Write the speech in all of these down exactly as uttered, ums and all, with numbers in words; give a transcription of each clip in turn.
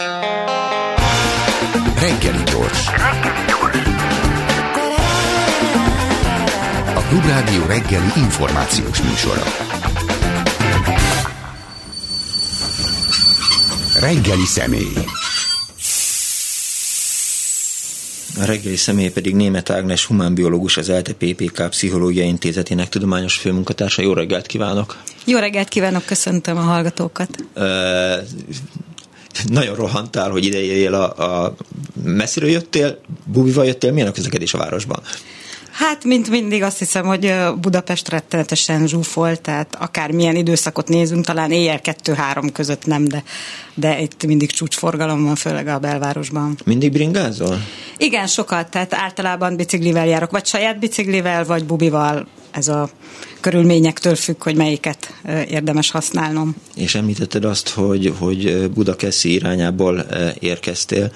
Reggeli gyors. A Klubrádió reggeli információs műsora. Reggeli személy. A reggeli személy pedig Németh Ágnes, humánbiológus, az ELTE pé pé ká Pszichológiai Intézetének tudományos főmunkatársa. Jó reggelt kívánok! Jó reggelt kívánok, köszöntöm a hallgatókat! Uh, nagyon rohantál, hogy ide érjél, a, a messziről jöttél, bubival jöttél, milyen a közlekedés a városban? Hát, mint mindig azt hiszem, hogy Budapest rettenetesen zsúfolt, tehát akármilyen időszakot nézünk, talán éjjel kettő-három között nem, de, de itt mindig csúcsforgalom van, főleg a belvárosban. Mindig bringázol? Igen, sokat, tehát általában biciklivel járok, vagy saját biciklivel, vagy bubival. Ez a körülményektől függ, hogy melyiket érdemes használnom. És említetted azt, hogy, hogy Budakeszi irányából érkeztél.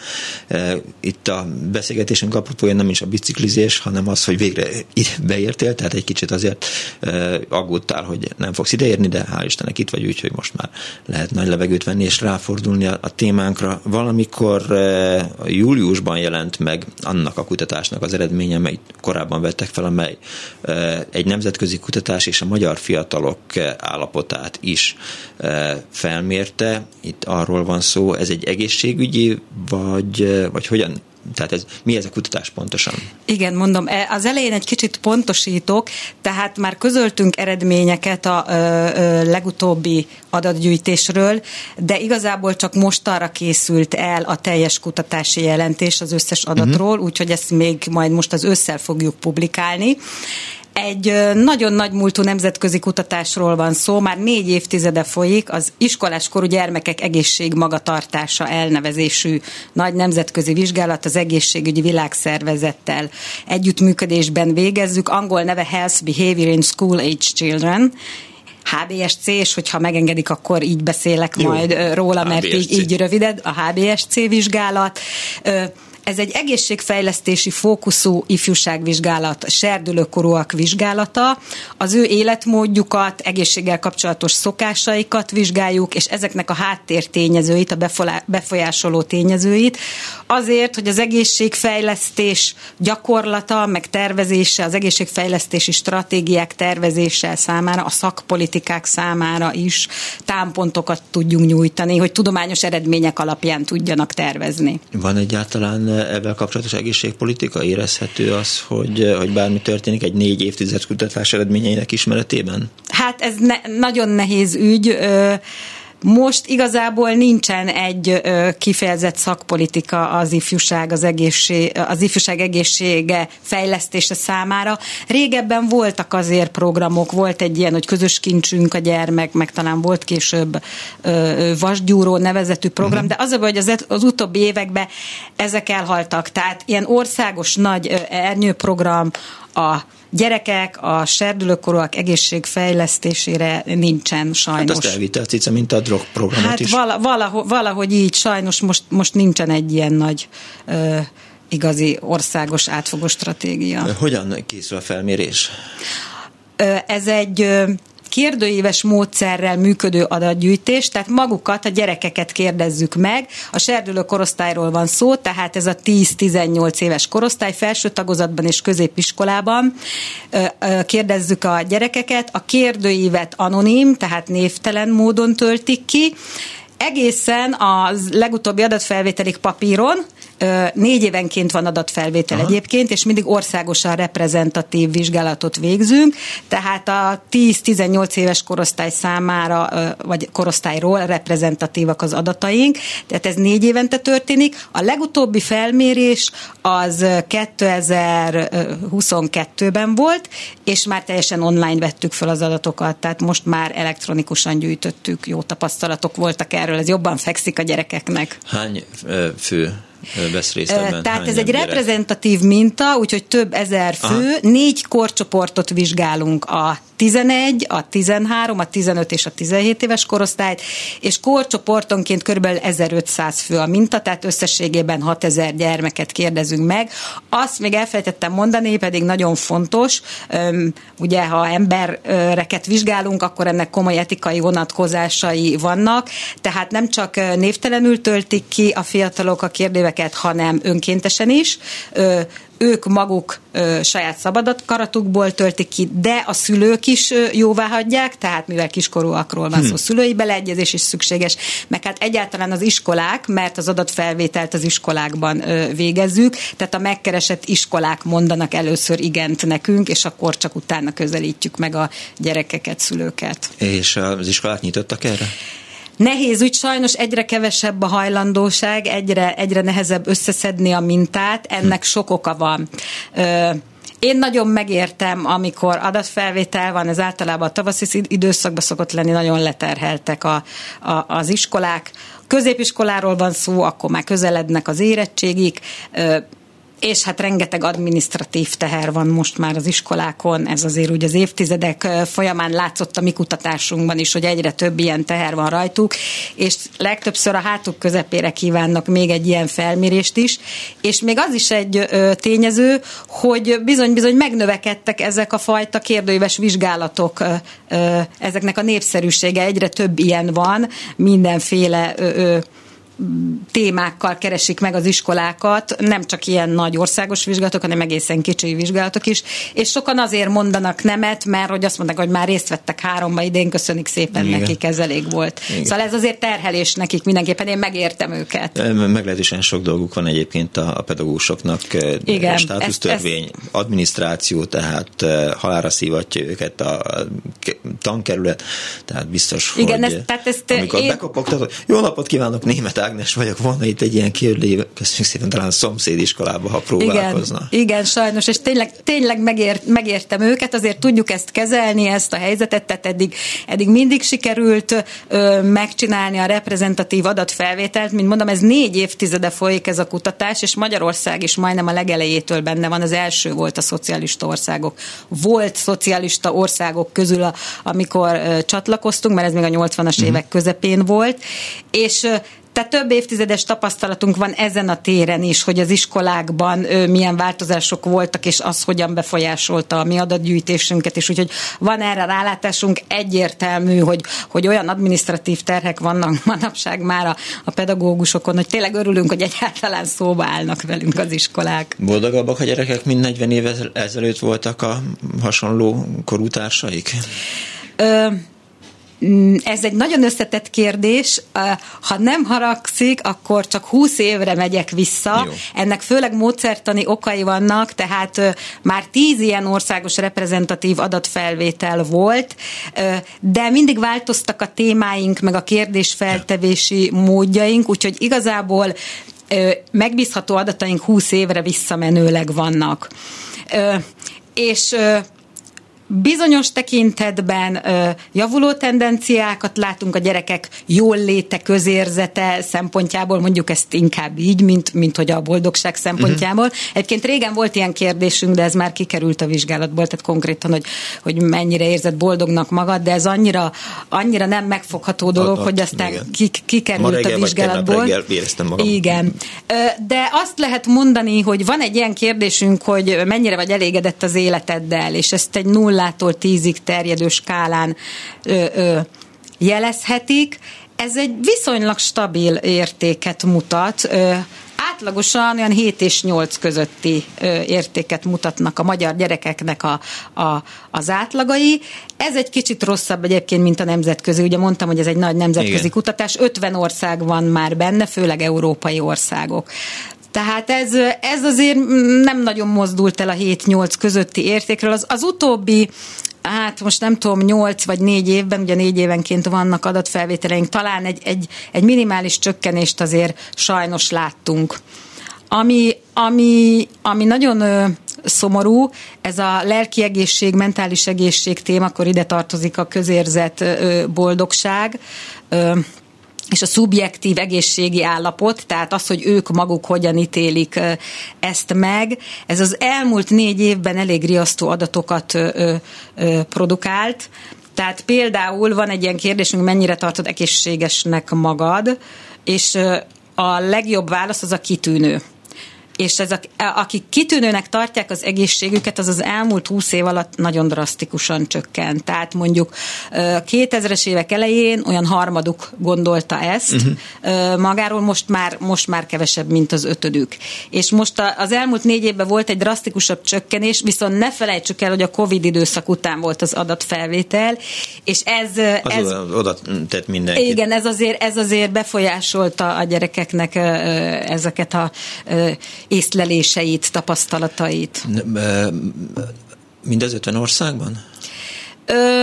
Itt a beszélgetésünk apropója nem is a biciklizés, hanem az, hogy végre beértél, tehát egy kicsit azért aggódtál, hogy nem fogsz ideérni, de hál' Istennek itt vagy, úgyhogy most már lehet nagy levegőt venni és ráfordulni a, a témánkra. Valamikor júliusban jelent meg annak a kutatásnak az eredménye, amely korábban vettek fel, amely egy nemzetközi kutatás és a magyar fiatalok állapotát is felmérte. Itt arról van szó, ez egy egészségügyi, vagy, vagy hogyan? Tehát ez, mi ez a kutatás pontosan? Igen, mondom, az elején egy kicsit pontosítok, tehát már közöltünk eredményeket a ö, ö, legutóbbi adatgyűjtésről, de igazából csak most arra készült el a teljes kutatási jelentés az összes adatról, uh-huh. úgyhogy ezt még majd most az ősszel fogjuk publikálni. Egy nagyon nagy múltú nemzetközi kutatásról van szó, már négy évtizede folyik, az iskoláskorú gyermekek egészségmagatartása elnevezésű nagy nemzetközi vizsgálat az egészségügyi világszervezettel együttműködésben végezzük, angol neve Health Behavior in School Age Children, há bé es cé, és hogyha megengedik, akkor így beszélek Jó. majd róla, mert így, így rövided, a há bé es cé vizsgálat. Ez egy egészségfejlesztési fókuszú ifjúságvizsgálat, serdülőkorúak vizsgálata. Az ő életmódjukat, egészséggel kapcsolatos szokásaikat vizsgáljuk, és ezeknek a háttértényezőit, a befolyásoló tényezőit, azért, hogy az egészségfejlesztés gyakorlata, meg tervezése, az egészségfejlesztési stratégiák tervezése számára, a szakpolitikák számára is támpontokat tudjunk nyújtani, hogy tudományos eredmények alapján tudjanak tervezni. Van egyáltalán ebben kapcsolatos egészségpolitika? Érezhető az, hogy, hogy bármi történik egy négy évtized kutatás eredményeinek ismeretében? Hát ez ne, nagyon nehéz ügy. Most igazából nincsen egy kifejezett szakpolitika az ifjúság, az, egészség, az ifjúság egészsége fejlesztése számára. Régebben voltak azért programok, volt egy ilyen, hogy közös kincsünk a gyermek, meg talán volt később vasgyúró nevezetű program, uh-huh. de az a baj, hogy az, az utóbbi években ezek elhaltak. Tehát ilyen országos nagy ernyőprogram, a gyerekek, a serdülőkorúak egészségfejlesztésére nincsen sajnos. Hát azt elvitte a cica, mint a drogprogramot hát is. Vala, valahogy, valahogy így sajnos most, most nincsen egy ilyen nagy ö, igazi országos átfogó stratégia. Hogyan készül a felmérés? Ö, ez egy... Ö, kérdőíves módszerrel működő adatgyűjtés, tehát magukat, a gyerekeket kérdezzük meg. A serdülő korosztályról van szó, tehát ez a tíz-tizennyolc éves korosztály, felső tagozatban és középiskolában kérdezzük a gyerekeket. A kérdőívet anonim, tehát névtelen módon töltik ki. Egészen a legutóbbi adatfelvételig papíron, négy évenként van adatfelvétel Aha. egyébként, és mindig országosan reprezentatív vizsgálatot végzünk, tehát a tíz-tizennyolc éves korosztály számára, vagy korosztályról reprezentatívak az adataink, tehát ez négy évente történik. A legutóbbi felmérés az kétezer-huszonkettőben volt, és már teljesen online vettük fel az adatokat, tehát most már elektronikusan gyűjtöttük, jó tapasztalatok voltak erről, ez jobban fekszik a gyerekeknek. Hány fő vesz részt ebben? Tehát Hány ez egy gyerek? reprezentatív minta, úgyhogy több ezer fő, aha. négy korcsoportot vizsgálunk, a tizenegy, a tizenhárom, a tizenöt és a tizenhét éves korosztályt, és korcsoportonként körülbelül ezerötszáz fő a minta, tehát összességében hatezer gyermeket kérdezünk meg. Azt még elfelejtettem mondani, pedig nagyon fontos, ugye ha embereket vizsgálunk, akkor ennek komoly etikai vonatkozásai vannak, tehát nem csak névtelenül töltik ki a fiatalok a kérdőveket, hanem önkéntesen is, ők maguk ö, saját szabad akaratukból töltik ki, de a szülők is ö, jóvá hagyják, tehát mivel kiskorúakról van szó, hmm. szülői beleegyezés is szükséges, meg hát egyáltalán az iskolák, mert az adatfelvételt az iskolákban ö, végezzük, tehát a megkeresett iskolák mondanak először igent nekünk, és akkor csak utána közelítjük meg a gyerekeket, szülőket. És az iskolák nyitottak erre? Nehéz ügy, sajnos egyre kevesebb a hajlandóság, egyre, egyre nehezebb összeszedni a mintát, ennek sok oka van. Ö, Én nagyon megértem, amikor adatfelvétel van, ez általában a tavaszi időszakban szokott lenni, nagyon leterheltek a, a, az iskolák. Középiskoláról van szó, akkor már közelednek az érettségig, ö, és hát rengeteg adminisztratív teher van most már az iskolákon, ez azért úgy az évtizedek folyamán látszott a mi kutatásunkban is, hogy egyre több ilyen teher van rajtuk, és legtöbbször a hátuk közepére kívánnak még egy ilyen felmérést is, és még az is egy ö, tényező, hogy bizony-bizony megnövekedtek ezek a fajta kérdőíves vizsgálatok, ö, ö, ezeknek a népszerűsége, egyre több ilyen van, mindenféle ö, ö, témákkal keresik meg az iskolákat, nem csak ilyen nagy országos vizsgálatok, hanem egészen kicsi vizsgálatok is, és sokan azért mondanak nemet, mert hogy azt mondják, hogy már részt vettek háromba idén, köszönik szépen, igen. nekik ez elég volt. Igen. Szóval ez azért terhelés nekik mindenképpen, én megértem őket. Meglehetősen sok dolguk van egyébként a pedagógusoknak, igen, státusztörvény, ezt, ezt... adminisztráció, tehát halálra szívatja őket a tankerület, tehát biztos, igen, hogy ezt, tehát ezt amikor én... bekopogtatod, jó napot kívánok, Németh Ágnes vagyok, volna itt egy ilyen kérdő, köszönjük szépen, talán a szomszédiskolába, ha próbálkozna. Igen, igen, sajnos, és tényleg, tényleg megért, megértem őket, azért tudjuk ezt kezelni, ezt a helyzetet, tehát eddig, eddig mindig sikerült ö, megcsinálni a reprezentatív adatfelvételt, mint mondom, ez négy évtizede folyik ez a kutatás, és Magyarország is majdnem a legelejétől benne van, az első volt a szocialista országok. Volt szocialista országok közül, a, amikor ö, csatlakoztunk, mert ez még a nyolcvanas mm. évek közepén volt, és ö, tehát több évtizedes tapasztalatunk van ezen a téren is, hogy az iskolákban ö, milyen változások voltak, és az hogyan befolyásolta a mi adatgyűjtésünket, és úgyhogy van erre rálátásunk, egyértelmű, hogy, hogy olyan adminisztratív terhek vannak manapság már a, a pedagógusokon, hogy tényleg örülünk, hogy egyáltalán szóba állnak velünk az iskolák. Boldogabbak a gyerekek, mint negyven évvel ezelőtt voltak a hasonló korú társaik? Ö, Ez egy nagyon összetett kérdés. Ha nem haragszik, akkor csak húsz évre megyek vissza. Jó. Ennek főleg módszertani okai vannak, tehát már tíz ilyen országos reprezentatív adatfelvétel volt, de mindig változtak a témáink, meg a kérdésfeltevési módjaink, úgyhogy igazából megbízható adataink húsz évre visszamenőleg vannak. És bizonyos tekintetben ö, javuló tendenciákat látunk a gyerekek jól léte, közérzete szempontjából, mondjuk ezt inkább így, mint, mint hogy a boldogság szempontjából. Uh-huh. Egyébként régen volt ilyen kérdésünk, de ez már kikerült a vizsgálatból, tehát konkrétan, hogy, hogy mennyire érzed boldognak magad, de ez annyira, annyira nem megfogható dolog, a, a, hogy aztán ki, kikerült a vizsgálatból. Reggel éreztem magam. Igen. De azt lehet mondani, hogy van egy ilyen kérdésünk, hogy mennyire vagy elégedett az életeddel, és ezt egy nulla nullától tízig terjedő skálán ö, ö, jelezhetik. Ez egy viszonylag stabil értéket mutat. Ö, átlagosan olyan hét és nyolc közötti ö, értéket mutatnak a magyar gyerekeknek a, a, az átlagai. Ez egy kicsit rosszabb egyébként, mint a nemzetközi. Ugye mondtam, hogy ez egy nagy nemzetközi Igen. kutatás. ötven ország van már benne, főleg európai országok. Tehát ez, ez azért nem nagyon mozdult el a hét-nyolc közötti értékről. Az, az utóbbi, hát most nem tudom, nyolc vagy négy évben, ugye négy évenként vannak adatfelvételeink, talán egy, egy, egy minimális csökkenést azért sajnos láttunk. Ami, ami, ami nagyon ö, szomorú, ez a lelki egészség, mentális egészség témakor ide tartozik a közérzet, ö, boldogság, ö, és a szubjektív egészségi állapot, tehát az, hogy ők maguk hogyan ítélik ezt meg, ez az elmúlt négy évben elég riasztó adatokat ö, ö, produkált. Tehát például van egy ilyen kérdésünk, mennyire tartod egészségesnek magad, és a legjobb válasz az a kitűnő. És ez a, akik kitűnőnek tartják az egészségüket, az az elmúlt húsz év alatt nagyon drasztikusan csökkent. Tehát mondjuk kétezres évek elején olyan harmaduk gondolta ezt uh-huh. magáról, most már, most már kevesebb, mint az ötödük. És most az elmúlt négy évben volt egy drasztikusabb csökkenés, viszont ne felejtsük el, hogy a Covid időszak után volt az adatfelvétel, és ez... ez az oda tett mindenki. Igen, ez azért, ez azért befolyásolta a gyerekeknek ezeket a észleléseit, tapasztalatait. Mindez ötven országban? Ö,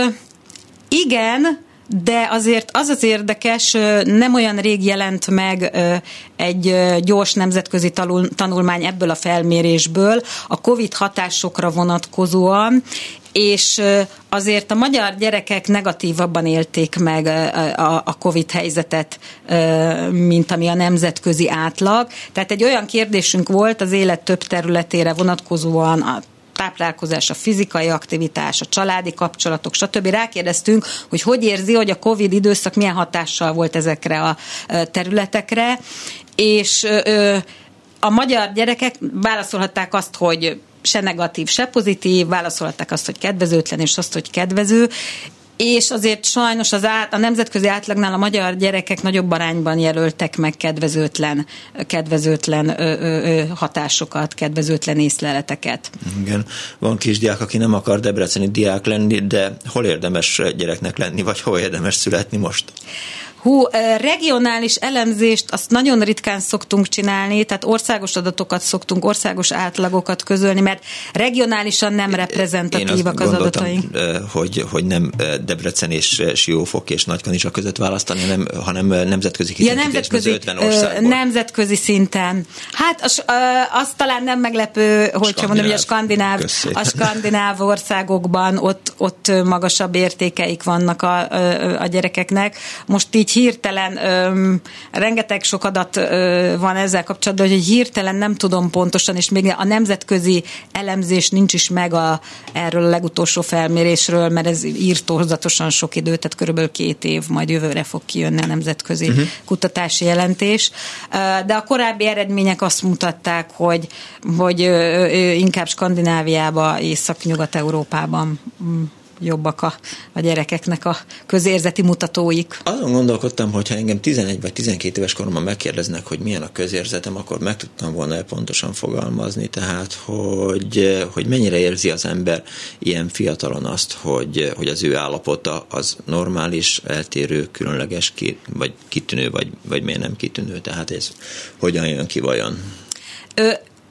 igen, de azért az az érdekes, nem olyan rég jelent meg egy gyors nemzetközi tanulmány ebből a felmérésből a Covid hatásokra vonatkozóan, és azért a magyar gyerekek negatívabban élték meg a Covid helyzetet, mint ami a nemzetközi átlag. Tehát egy olyan kérdésünk volt az élet több területére vonatkozóan, a táplálkozás, a fizikai aktivitás, a családi kapcsolatok, stb. Rákérdeztünk, hogy hogy érzi, hogy a Covid időszak milyen hatással volt ezekre a területekre, és a magyar gyerekek válaszolhatták azt, hogy se negatív, se pozitív, válaszolhatták azt, hogy kedvezőtlen, és azt, hogy kedvező, és azért sajnos az át, a nemzetközi átlagnál a magyar gyerekek nagyobb arányban jelöltek meg kedvezőtlen, kedvezőtlen ö, ö, ö, hatásokat, kedvezőtlen észleleteket. Igen. Van kisdiák, aki nem akar debreceni diák lenni, de hol érdemes gyereknek lenni, vagy hol érdemes születni most? Hú, regionális elemzést azt nagyon ritkán szoktunk csinálni, tehát országos adatokat szoktunk, országos átlagokat közölni, mert regionálisan nem reprezentatívak az adataink. Hogy, hogy nem Debrecen és Siófok és Nagykanizsa között választani, hanem, hanem nemzetközi kitüntetésben, ja, ötven országból. Nemzetközi szinten. Hát az, az talán nem meglepő, hogy csak mondom, hogy a skandináv, a skandináv országokban ott, ott magasabb értékeik vannak a, a, a gyerekeknek. Most így hirtelen, öm, rengeteg sok adat ö, van ezzel kapcsolatban, hogy hirtelen nem tudom pontosan, és még a nemzetközi elemzés nincs is meg a, erről a legutolsó felmérésről, mert ez írtózatosan sok idő, tehát körülbelül két év, majd jövőre fog kijönni a nemzetközi uh-huh. kutatási jelentés. De a korábbi eredmények azt mutatták, hogy, hogy inkább Skandináviában, Észak-Nyugat-Európában jobbak a, a gyerekeknek a közérzeti mutatóik. Azon gondolkodtam, hogy ha engem tizenegy vagy tizenkét éves koromban megkérdeznek, hogy milyen a közérzetem, akkor meg tudtam volna pontosan fogalmazni, tehát hogy, hogy mennyire érzi az ember ilyen fiatalon azt, hogy, hogy az ő állapota az normális, eltérő, különleges, vagy kitűnő, vagy, vagy miért nem kitűnő, tehát ez hogyan jön ki vajon? Ö,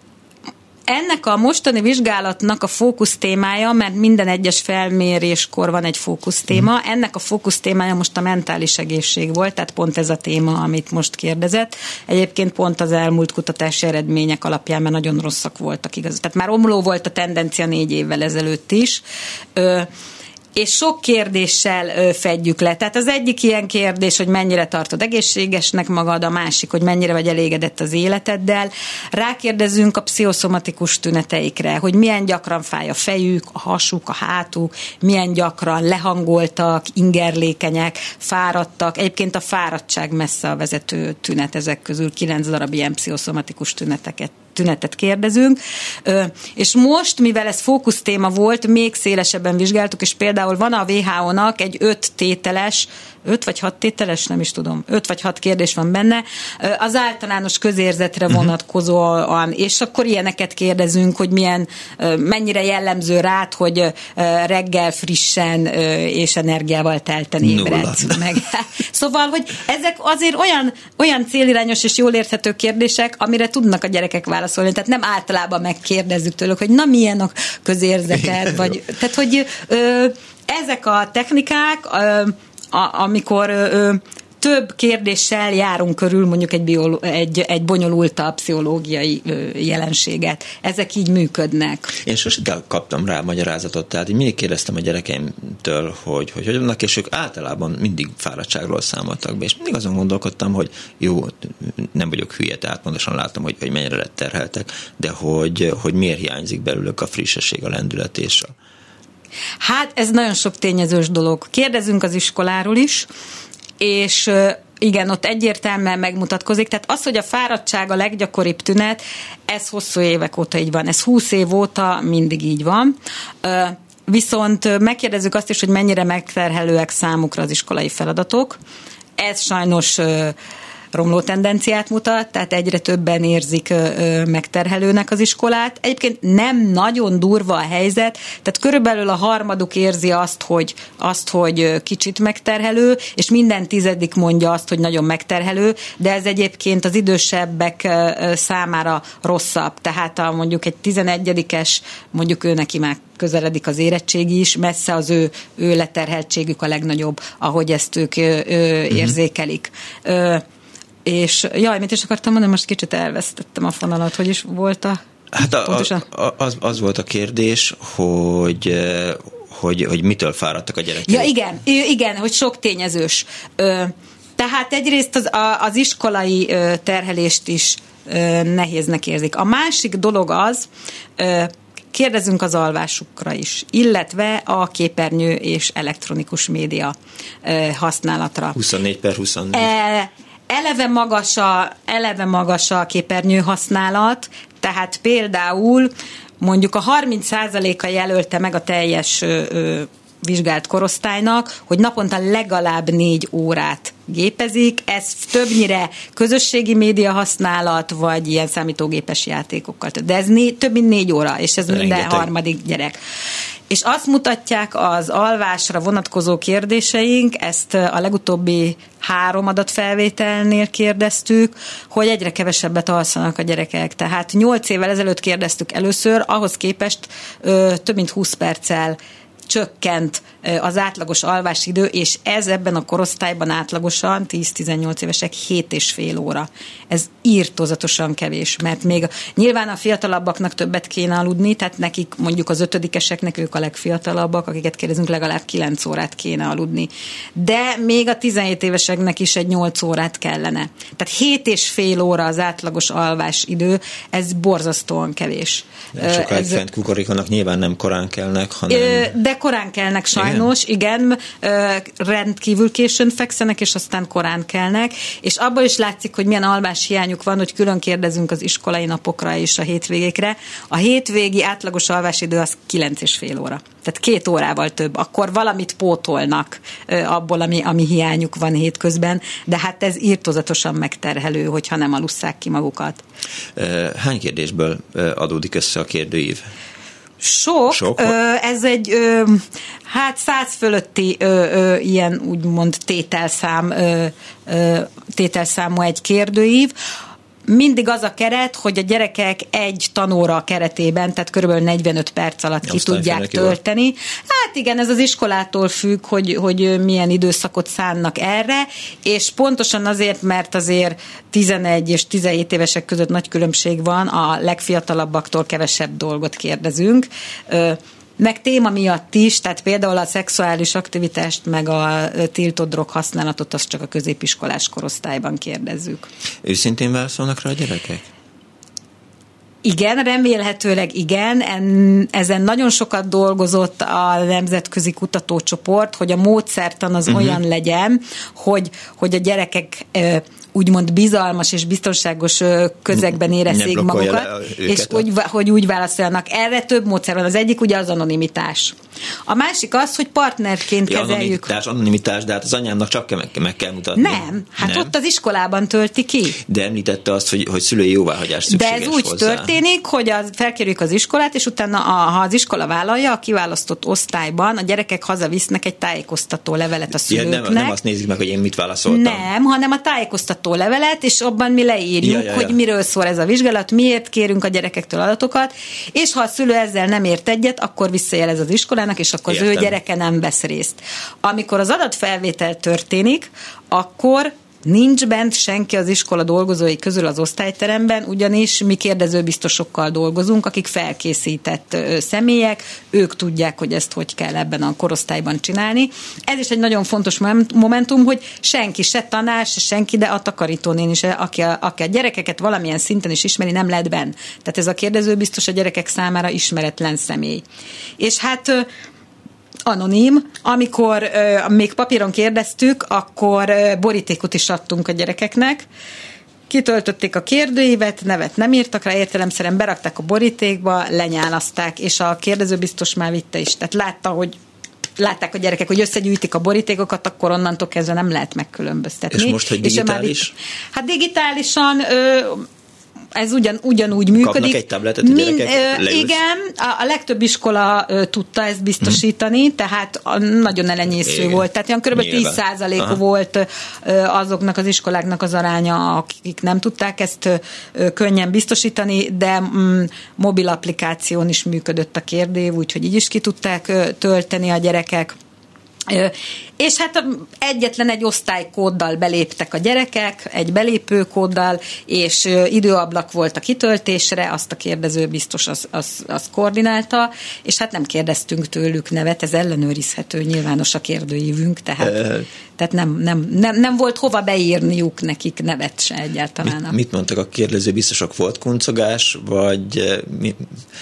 Ennek a mostani vizsgálatnak a fókusztémája, mert minden egyes felméréskor van egy fókusztéma, ennek a fókusztémája most a mentális egészség volt, tehát pont ez a téma, amit most kérdezett. Egyébként pont az elmúlt kutatási eredmények alapján, mert nagyon rosszak voltak igaz. Tehát már omló volt a tendencia négy évvel ezelőtt is. Ö, és sok kérdéssel fedjük le. Tehát az egyik ilyen kérdés, hogy mennyire tartod egészségesnek magad, a másik, hogy mennyire vagy elégedett az életeddel. Rákérdezünk a pszichoszomatikus tüneteikre, hogy milyen gyakran fáj a fejük, a hasuk, a hátuk, milyen gyakran lehangoltak, ingerlékenyek, fáradtak. Egyébként a fáradtság messze a vezető tünet ezek közül, kilenc darab ilyen pszichoszomatikus tüneteket tünetet kérdezünk, és most, mivel ez fókusztéma volt, még szélesebben vizsgáltuk, és például van a dupla vé há ó-nak egy öt tételes, öt vagy hat tételes, nem is tudom, öt vagy hat kérdés van benne, az általános közérzetre vonatkozóan, és akkor ilyeneket kérdezünk, hogy milyen, mennyire jellemző rád, hogy reggel frissen és energiával telten ébredsz meg. Szóval, hogy ezek azért olyan, olyan célirányos és jól érthető kérdések, amire tudnak a gyerekek válaszolni. Tehát nem általában megkérdezzük tőlük, hogy na milyen a közérzeted, vagy, tehát hogy ö, ezek a technikák, ö, a, amikor ö, több kérdéssel járunk körül mondjuk egy, biolo- egy, egy bonyolultabb pszichológiai jelenséget. Ezek így működnek. Én sosem kaptam rá magyarázatot, tehát én mindig kérdeztem a gyerekeimtől, hogy hogy, hogy vannak, és ők általában mindig fáradtságról számoltak be, és mindig azon gondolkodtam, hogy jó, nem vagyok hülye, tehát pontosan látom, hogy, hogy mennyire lett terheltek, de hogy, hogy miért hiányzik belőlük a frissesség, a lendület és a... Hát ez nagyon sok tényezős dolog. Kérdezünk az iskoláról is, és igen, ott egyértelműen megmutatkozik. Tehát az, hogy a fáradtság a leggyakoribb tünet, ez hosszú évek óta így van. Ez húsz év óta mindig így van. Viszont megkérdezzük azt is, hogy mennyire megterhelőek számukra az iskolai feladatok. Ez sajnos romló tendenciát mutat, tehát egyre többen érzik megterhelőnek az iskolát. Egyébként nem nagyon durva a helyzet, tehát körülbelül a harmaduk érzi azt, hogy, azt, hogy kicsit megterhelő, és minden tizedik mondja azt, hogy nagyon megterhelő, de ez egyébként az idősebbek számára rosszabb. Tehát a, mondjuk egy tizenegyedikes, mondjuk ő neki már közeledik az érettségi is, messze az ő, ő leterheltségük a legnagyobb, ahogy ezt ők ö, ö, érzékelik. Ö, És jaj, mit is akartam mondani, most kicsit elvesztettem a fonalat, hogy is volt a... Hát a, a, az, az volt a kérdés, hogy, hogy, hogy mitől fáradtak a gyerekek. Ja, igen, igen, hogy sok tényezős. Tehát egyrészt az, az iskolai terhelést is nehéznek érzik. A másik dolog az, kérdezünk az alvásukra is, illetve a képernyő és elektronikus média használatra. huszonnégy per huszonnégy. E, Eleve magas a, eleve magas a képernyő használat, tehát például mondjuk a harminc százaléka jelölte meg a teljes ö, ö, vizsgált korosztálynak, hogy naponta legalább négy órát gépezik. Ez többnyire közösségi média használat, vagy ilyen számítógépes játékokkal. De ez né, több mint négy óra, és ez Rengeteg. Minden harmadik gyerek. És azt mutatják az alvásra vonatkozó kérdéseink, ezt a legutóbbi három adatfelvételnél kérdeztük, hogy egyre kevesebbet alszanak a gyerekek. Tehát nyolc évvel ezelőtt kérdeztük először, ahhoz képest ö, több mint húsz perccel csökkent az átlagos alvásidő, és ez ebben a korosztályban átlagosan tíz-tizennyolc évesek hét és fél óra. Ez írtózatosan kevés, mert még nyilván a fiatalabbaknak többet kéne aludni, tehát nekik mondjuk az ötödikeseknek, ők a legfiatalabbak, akiket kérdezünk, legalább kilenc órát kéne aludni. De még a tizenhét éveseknek is egy nyolc órát kellene. Tehát hét és fél óra az átlagos alvásidő, ez borzasztóan kevés. Sokáig ez... fent kukorikonak nyilván nem korán kelnek, hanem... De korán kelnek sajnos, igen, igen rendkívül későn fekszenek, és aztán korán kelnek, és abból is látszik, hogy milyen alvás hiányuk van, hogy külön kérdezünk az iskolai napokra és a hétvégékre. A hétvégi átlagos alvásidő az kilenc és fél óra. Tehát két órával több. Akkor valamit pótolnak abból, ami, ami hiányuk van hétközben, de hát ez írtózatosan megterhelő, hogyha nem alusszák ki magukat. Hány kérdésből adódik össze a kérdőív? Sok, Sok. Ö, ez egy ö, hát száz fölötti ö, ö, ilyen úgymond tételszám, ö, ö, tételszámú egy kérdőív. Mindig az a keret, hogy a gyerekek egy tanóra keretében, tehát körülbelül negyvenöt perc alatt ki tudják tölteni. Hát igen, ez az iskolától függ, hogy, hogy milyen időszakot szánnak erre, és pontosan azért, mert azért tizenegy és tizenhét évesek között nagy különbség van, a legfiatalabbaktól kevesebb dolgot kérdezünk. Meg téma miatt is, tehát például a szexuális aktivitást, meg a tiltott drog használatot, azt csak a középiskolás korosztályban kérdezzük. Őszintén válaszolnak rá a gyerekek? Igen, remélhetőleg igen. Ezen nagyon sokat dolgozott a nemzetközi kutatócsoport, hogy a módszertan az uh-huh. olyan legyen, hogy, hogy a gyerekek úgymond bizalmas és biztonságos közegben érezzék magukat, és hogy, hogy úgy válaszoljanak. Erre több módszer van. Az egyik ugye az anonimitás. A másik az, hogy partnerként ja, kezeljük. Anonimitás, anonimitás, de hát az anyámnak csak meg, meg kell mutatni. Nem, hát Nem. ott az iskolában tölti ki. De említette azt, hogy, hogy szülői jóváhagyás szükséges De ez úgy hozzá. történik, hogy az, felkérjük az iskolát, és utána, a, ha az iskola vállalja, a kiválasztott osztályban a gyerekek hazavisznek egy tájékoztató levelet a szülőknek. Ja, nem, nem azt nézik meg, hogy én mit válaszoltam. Nem, hanem a tájékoztató levelet, és abban mi leírjuk, ja, ja, ja. hogy miről szól ez a vizsgálat, miért kérünk a gyerekektől adatokat, és ha a szülő ezzel nem ért egyet, akkor visszajelez az iskolának, iskolának, és akkor Értem. az ő gyereke nem vesz részt. Amikor az adatfelvétel történik, akkor nincs bent senki az iskola dolgozói közül az osztályteremben, ugyanis mi kérdezőbiztosokkal dolgozunk, akik felkészített személyek, ők tudják, hogy ezt hogy kell ebben a korosztályban csinálni. Ez is egy nagyon fontos momentum, hogy senki, se tanár, se senki, de a takarítónén is, aki a, aki a gyerekeket valamilyen szinten is ismeri, nem lehet benn. Tehát ez a kérdezőbiztos a gyerekek számára ismeretlen személy. És hát anonim, amikor euh, még papíron kérdeztük, akkor euh, borítékot is adtunk a gyerekeknek, kitöltötték a kérdőívet, nevet nem írtak rá, értelemszerűen berakták a borítékba, lenyálaszták, és a kérdezőbiztos már vitte is. Tehát látta, hogy látták a gyerekek, hogy összegyűjtik a borítékokat, akkor onnantól kezdve nem lehet megkülönböztetni. És most, hogy digitális? Már, hát digitálisan... Ö, ez ugyan, ugyanúgy működik. Kapnak egy tabletet a gyerekek? Mind, igen, a, a legtöbb iskola ö, tudta ezt biztosítani, hmm. tehát a, nagyon elenyésző igen. volt. Tehát olyan kb. tíz százalék volt ö, azoknak az iskoláknak az aránya, akik nem tudták ezt ö, könnyen biztosítani, de mm, mobil applikáción is működött a kérdév, úgyhogy így is ki tudták ö, tölteni a gyerekek. És hát egyetlen egy osztálykóddal beléptek a gyerekek, egy belépőkóddal, és időablak volt a kitöltésre, azt a kérdező biztos az, az, az koordinálta, és hát nem kérdeztünk tőlük nevet, ez ellenőrizhető, nyilvános a kérdőívünk, tehát, uh, tehát nem, nem, nem, nem volt hova beírniuk nekik nevet se egyáltalán. Mit, mit mondtak a kérdező biztosok? Volt kuncogás, vagy... Mi?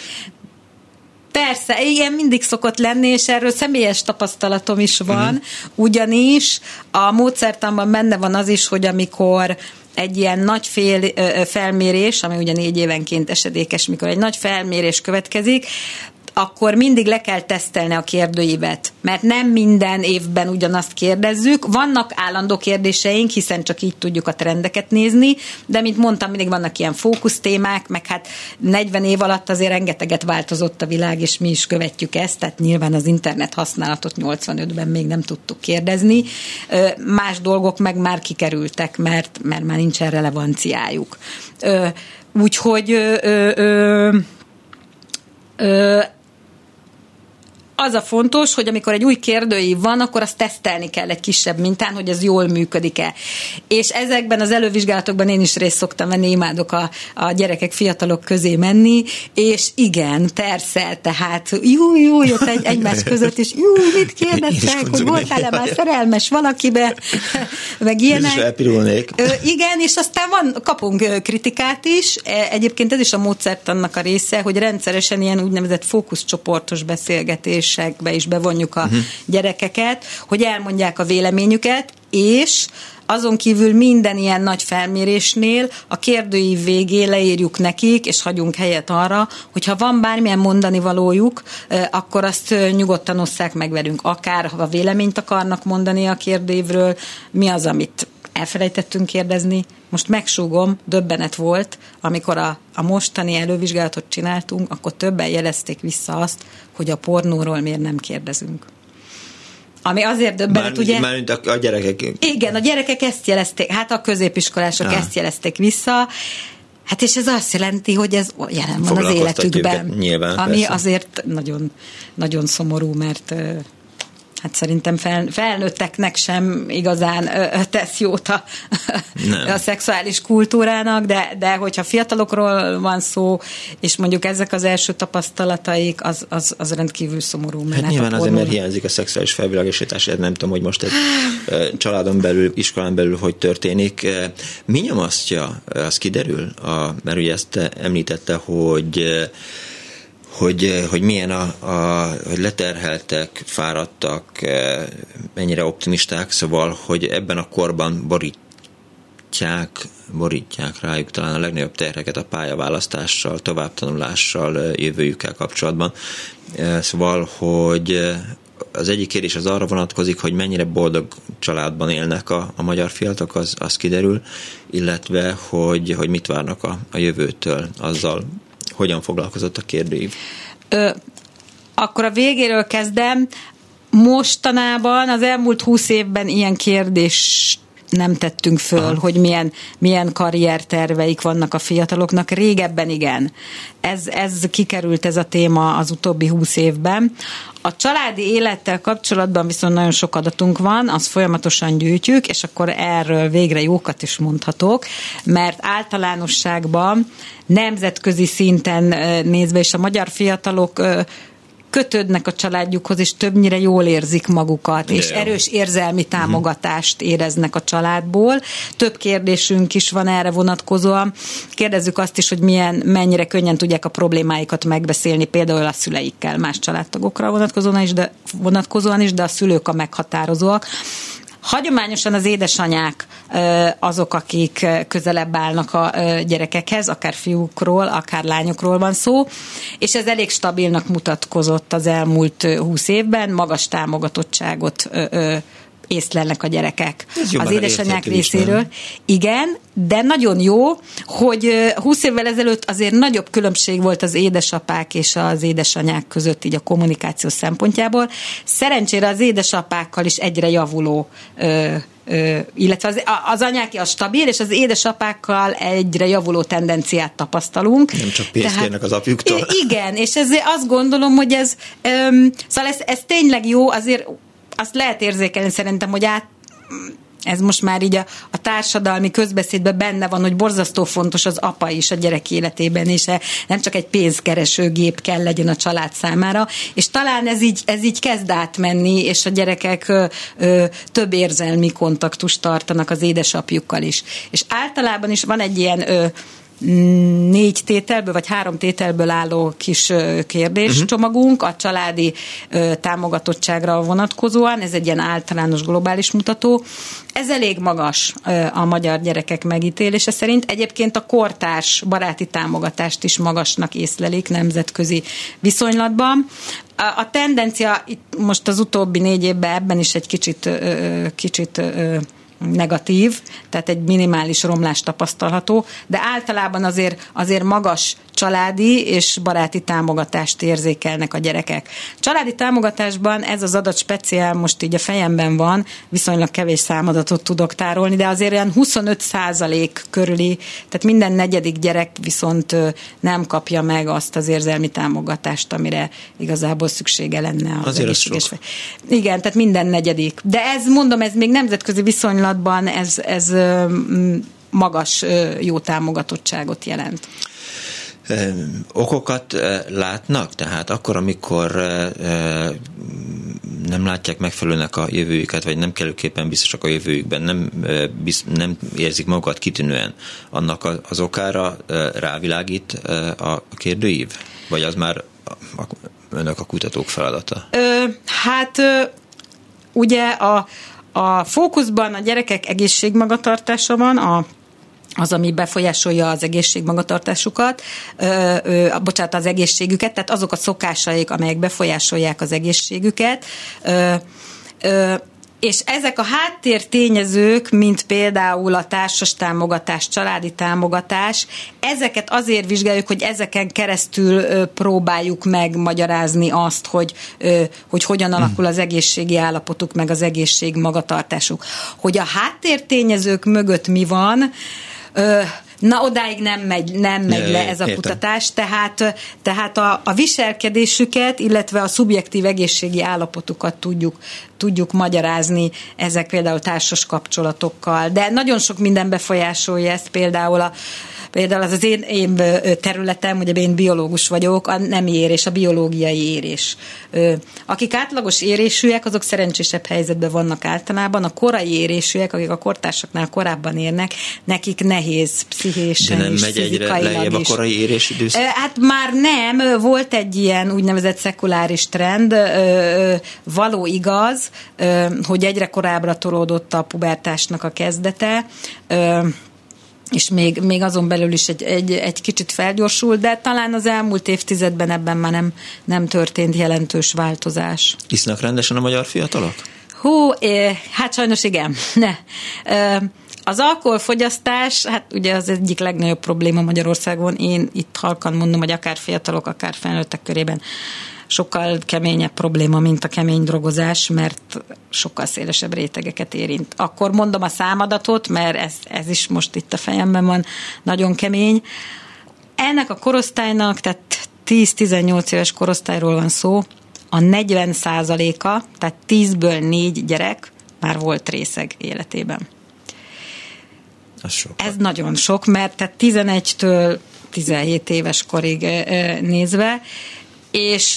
Persze, ilyen mindig szokott lenni, és erről személyes tapasztalatom is van, uh-huh. ugyanis a módszertanban benne van az is, hogy amikor egy ilyen nagy fél, felmérés, ami ugye négy évenként esedékes, mikor egy nagy felmérés következik, akkor mindig le kell tesztelni a kérdőívet, mert nem minden évben ugyanazt kérdezzük. Vannak állandó kérdéseink, hiszen csak így tudjuk a trendeket nézni, de mint mondtam, mindig vannak ilyen fókusztémák, meg hát negyven év alatt azért rengeteget változott a világ, és mi is követjük ezt, tehát nyilván az internet használatot nyolcvanötben még nem tudtuk kérdezni. Más dolgok meg már kikerültek, mert, mert már nincsen relevanciájuk. Úgyhogy ö, ö, ö, az a fontos, hogy amikor egy új kérdőív van, akkor azt tesztelni kell egy kisebb mintán, hogy ez jól működik-e. És ezekben az elővizsgálatokban én is részt szoktam venni, imádok a, a gyerekek, fiatalok közé menni, és igen, persze, tehát jó, jó, jött egy, egymás között, és jó, mit kérdeztek, hogy voltál-e már szerelmes valakibe, meg ilyenek. Én is elpirulnék. Igen, és aztán van, kapunk kritikát is. Egyébként ez is a módszertannak a része, hogy rendszeresen ilyen úgynevezett fókuszcsoportos beszélgetés is bevonjuk a uh-huh. gyerekeket, hogy elmondják a véleményüket, és azon kívül minden ilyen nagy felmérésnél a kérdőív végén leírjuk nekik, és hagyunk helyet arra, hogyha van bármilyen mondani valójuk, akkor azt nyugodtan osszák meg velünk. Akár, ha véleményt akarnak mondani a kérdőívről, mi az, amit elfelejtettünk kérdezni. Most megsúgom, döbbenet volt, amikor a, a mostani elővizsgálatot csináltunk, akkor többen jelezték vissza azt, hogy a pornóról miért nem kérdezünk. Ami azért döbbenet, már, ugye? Már a, a gyerekek. Igen, a gyerekek ezt jelezték, hát a középiskolások ah. ezt jelezték vissza. Hát és ez azt jelenti, hogy ez jelen van az életükben. Őket, nyilván, ami persze. Azért nagyon, nagyon szomorú, mert... Hát szerintem fel, felnőtteknek sem igazán ö, tesz jót a, a szexuális kultúrának, de, de hogyha fiatalokról van szó, és mondjuk ezek az első tapasztalataik, az, az, az rendkívül szomorú. Hát nyilván azért, mert hiányzik a szexuális felvilágosítás, nem tudom, hogy most egy családon belül, iskolán belül hogy történik. Mi nyomasztja, az kiderül? A, mert ugye ezt említette, hogy Hogy, hogy milyen a, a hogy leterheltek, fáradtak, mennyire optimisták, szóval, hogy ebben a korban borítják, borítják rájuk talán a legnagyobb terheket a pályaválasztással, továbbtanulással, jövőjükkel kapcsolatban. Szóval, hogy az egyik kérdés az arra vonatkozik, hogy mennyire boldog családban élnek a, a magyar fiatalok, az, az kiderül, illetve, hogy, hogy mit várnak a, a jövőtől, azzal, hogyan foglalkozott a kérdőív? Ö, akkor a végéről kezdem. Mostanában az elmúlt húsz évben ilyen kérdés nem tettünk föl, Aha. hogy milyen, milyen karrierterveik vannak a fiataloknak. Régebben igen. Ez, ez kikerült ez a téma az utóbbi húsz évben. A családi élettel kapcsolatban viszont nagyon sok adatunk van, azt folyamatosan gyűjtjük, és akkor erről végre jókat is mondhatok, mert általánosságban nemzetközi szinten nézve, és a magyar fiatalok kötődnek a családjukhoz, és többnyire jól érzik magukat, de és jó. erős érzelmi támogatást éreznek a családból. Több kérdésünk is van erre vonatkozóan. Kérdezzük azt is, hogy milyen, mennyire könnyen tudják a problémáikat megbeszélni, például a szüleikkel, más családtagokra vonatkozóan is, de, vonatkozóan is, de a szülők a meghatározóak. Hagyományosan az édesanyák azok, akik közelebb állnak a gyerekekhez, akár fiúkról, akár lányokról van szó, és ez elég stabilnak mutatkozott az elmúlt húsz évben, magas támogatottságot észlelnek a gyerekek az édesanyák részéről. Igen, de nagyon jó, hogy húsz évvel ezelőtt azért nagyobb különbség volt az édesapák és az édesanyák között így a kommunikáció szempontjából. Szerencsére az édesapákkal is egyre javuló, ö, ö, illetve az, az anyáki a stabil, és az édesapákkal egyre javuló tendenciát tapasztalunk. Nem csak pénzt kérnek az apjuktól. Igen, és ezért azt gondolom, hogy ez, ö, szóval ez, ez tényleg jó, azért azt lehet érzékelni szerintem, hogy át, ez most már így a, a társadalmi közbeszédben benne van, hogy borzasztó fontos az apa is a gyerek életében, és nem csak egy pénzkeresőgép kell legyen a család számára, és talán ez így, ez így kezd átmenni, és a gyerekek ö, ö, több érzelmi kontaktust tartanak az édesapjukkal is. És általában is van egy ilyen ö, négy tételből, vagy három tételből álló kis kérdéscsomagunk uh-huh. a családi ö, támogatottságra vonatkozóan, ez egy ilyen általános globális mutató. Ez elég magas ö, a magyar gyerekek megítélése szerint. Egyébként a kortárs baráti támogatást is magasnak észlelik nemzetközi viszonylatban. A, a tendencia itt most az utóbbi négy évben ebben is egy kicsit, ö, kicsit ö, negatív, tehát egy minimális romlás tapasztalható, de általában azért, azért magas családi és baráti támogatást érzékelnek a gyerekek. Családi támogatásban ez az adat speciál most így a fejemben van, viszonylag kevés számadatot tudok tárolni, de azért olyan huszonöt százalék körüli, tehát minden negyedik gyerek viszont nem kapja meg azt az érzelmi támogatást, amire igazából szüksége lenne az azért egészséges. Igen, tehát minden negyedik. De ez, mondom, ez még nemzetközi viszonylatban ez, ez magas jó támogatottságot jelent. Okokat látnak? Tehát akkor, amikor nem látják megfelelőnek a jövőjüket, vagy nem kellőképpen biztosak a jövőjükben, nem, nem érzik magukat kitűnően, annak az okára rávilágít a kérdőív? Vagy az már önök a kutatók feladata? Ö, hát ugye a, a fókuszban a gyerekek egészségmagatartása van, a az, ami befolyásolja az egészségmagatartásukat, ö, ö, bocsánat, az egészségüket, tehát azok a szokásaik, amelyek befolyásolják az egészségüket, ö, ö, és ezek a háttértényezők, mint például a társas támogatás, családi támogatás, ezeket azért vizsgáljuk, hogy ezeken keresztül ö, próbáljuk megmagyarázni azt, hogy, ö, hogy hogyan alakul az egészségi állapotuk, meg az egészség magatartásuk. Hogy a háttértényezők mögött mi van, ö, na odáig nem megy, nem megy le ez a Értem. kutatás, tehát, tehát a, a viselkedésüket, illetve a szubjektív egészségi állapotukat tudjuk, tudjuk magyarázni, ezek például társas kapcsolatokkal, de nagyon sok minden befolyásolja ezt, például a Például az az én, én területem, ugye én biológus vagyok, a nemi érés, a biológiai érés. Akik átlagos érésűek, azok szerencsésebb helyzetben vannak általában. A korai érésűek, akik a kortársaknál korábban érnek, nekik nehéz pszichésen De nem is, megy egyre lejjebb a korai érés időszak? Hát már nem, volt egy ilyen úgynevezett szekuláris trend, való igaz, hogy egyre korábbra tolódott a pubertásnak a kezdete, és még, még azon belül is egy, egy, egy kicsit felgyorsult, de talán az elmúlt évtizedben ebben már nem, nem történt jelentős változás. Isznak rendesen a magyar fiatalok? Hú, eh, hát sajnos igen. Ne. Eh, az alkoholfogyasztás, hát ugye az egyik legnagyobb probléma Magyarországon. Én itt halkan mondom, hogy akár fiatalok, akár felnőttek körében sokkal keményebb probléma, mint a kemény drogozás, mert sokkal szélesebb rétegeket érint. Akkor mondom a számadatot, mert ez, ez is most itt a fejemben van, nagyon kemény. Ennek a korosztálynak, tehát tíz-tizennyolc éves korosztályról van szó, a negyven százaléka, tehát tízből négy gyerek már volt részeg életében. Ez nagyon sok, mert tehát tizenegytől tizenhét éves korig nézve, és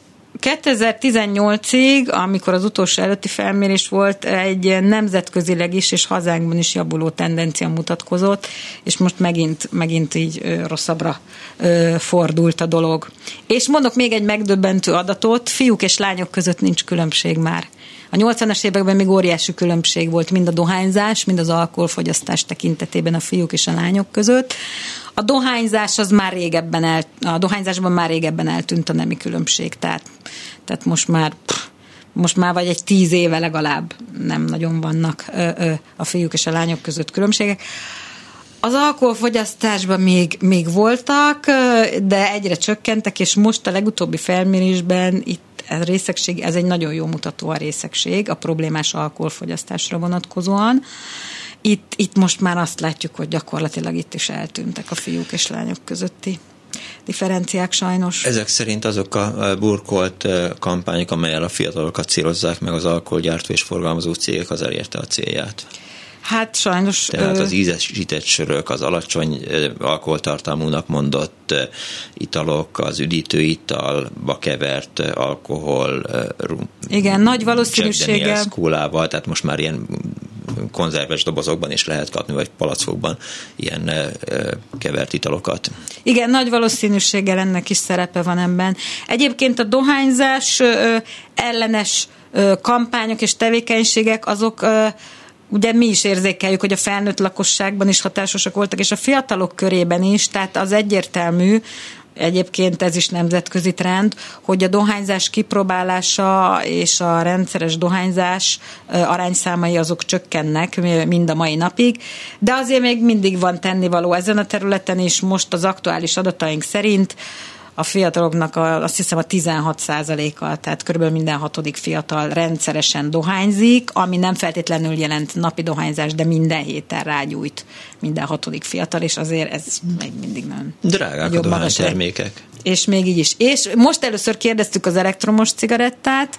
kétezer-tizennyolcig, amikor az utolsó előtti felmérés volt, egy nemzetközileg is és hazánkban is javuló tendencia mutatkozott, és most megint, megint így rosszabbra fordult a dolog. És mondok még egy megdöbbentő adatot, fiúk és lányok között nincs különbség már. A nyolcvanas években még óriási különbség volt mind a dohányzás, mind az alkoholfogyasztás tekintetében a fiúk és a lányok között. A dohányzás az már régebben el, a dohányzásban már régebben eltűnt a nemi különbség, tehát, tehát most már pff, most már vagy egy tíz éve legalább nem nagyon vannak ö, ö, a fiúk és a lányok között különbségek. Az alkoholfogyasztásban még, még voltak, de egyre csökkentek, és most a legutóbbi felmérésben itt a részegség, ez egy nagyon jó mutató a részegség, a problémás alkoholfogyasztásra vonatkozóan. Itt, itt most már azt látjuk, hogy gyakorlatilag itt is eltűntek a fiúk és lányok közötti differenciák sajnos. Ezek szerint azok a burkolt kampányok, amelyel a fiatalokat célozzák meg az alkoholgyártó és forgalmazó cégek, az elérte a célját. Hát sajnos... Tehát az ízesített sörök, az alacsony alkoholtartalmúnak mondott italok, az üdítő italba kevert alkohol, igen, nagy valószínűséggel kólával, tehát most már ilyen konzerves dobozokban is lehet kapni, vagy palackokban ilyen kevert italokat. Igen, nagy valószínűséggel ennek is szerepe van ebben. Egyébként a dohányzás ellenes kampányok és tevékenységek, azok ugye mi is érzékeljük, hogy a felnőtt lakosságban is hatásosak voltak, és a fiatalok körében is, tehát az egyértelmű, egyébként ez is nemzetközi trend, hogy a dohányzás kipróbálása és a rendszeres dohányzás arányszámai azok csökkennek mind a mai napig, de azért még mindig van tennivaló ezen a területen, és most az aktuális adataink szerint a fiataloknak a, azt hiszem a tizenhat százaléka, tehát körülbelül minden hatodik fiatal rendszeresen dohányzik, ami nem feltétlenül jelent napi dohányzás, de minden héten rágyújt minden hatodik fiatal, és azért ez még mindig nem... Drágák a dohánytermékek. És még így is. És most először kérdeztük az elektromos cigarettát,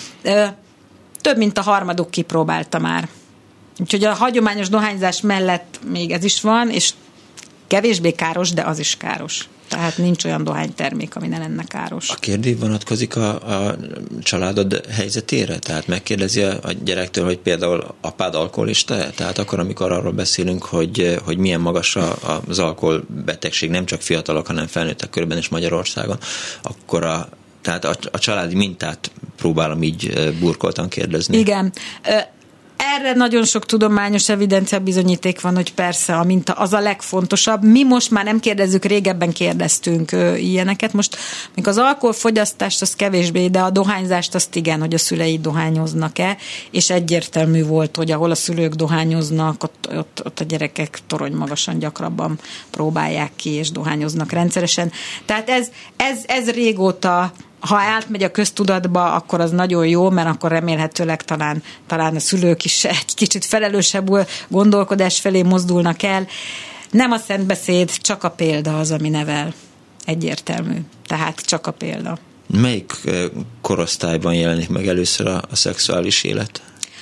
több mint a harmaduk kipróbálta már. Úgyhogy a hagyományos dohányzás mellett még ez is van, és kevésbé káros, de az is káros. Tehát nincs olyan dohánytermék, ami ne lenne káros. A kérdés vonatkozik a, a családod helyzetére? Tehát megkérdezi a, a gyerektől, hogy például apád alkoholista? Tehát akkor, amikor arról beszélünk, hogy, hogy milyen magas a, az alkoholbetegség, nem csak fiatalok, hanem felnőttek körben is Magyarországon, akkor a, tehát a, a családi mintát próbálom így burkoltan kérdezni. Igen. Erre nagyon sok tudományos evidencia bizonyíték van, hogy persze a minta az a legfontosabb. Mi most már nem kérdezzük, régebben kérdeztünk ö, ilyeneket. Most még az alkoholfogyasztást az kevésbé, de a dohányzást azt igen, hogy a szülei dohányoznak-e, és egyértelmű volt, hogy ahol a szülők dohányoznak, ott, ott, ott a gyerekek torony magasan gyakrabban próbálják ki, és dohányoznak rendszeresen. Tehát ez, ez, ez régóta, ha átmegy a köztudatba, akkor az nagyon jó, mert akkor remélhetőleg talán, talán a szülők is egy kicsit felelősebb gondolkodás felé mozdulnak el. Nem a szentbeszéd, csak a példa az, ami nevel. Egyértelmű. Tehát csak a példa. Melyik korosztályban jelenik meg először a, a szexuális élet?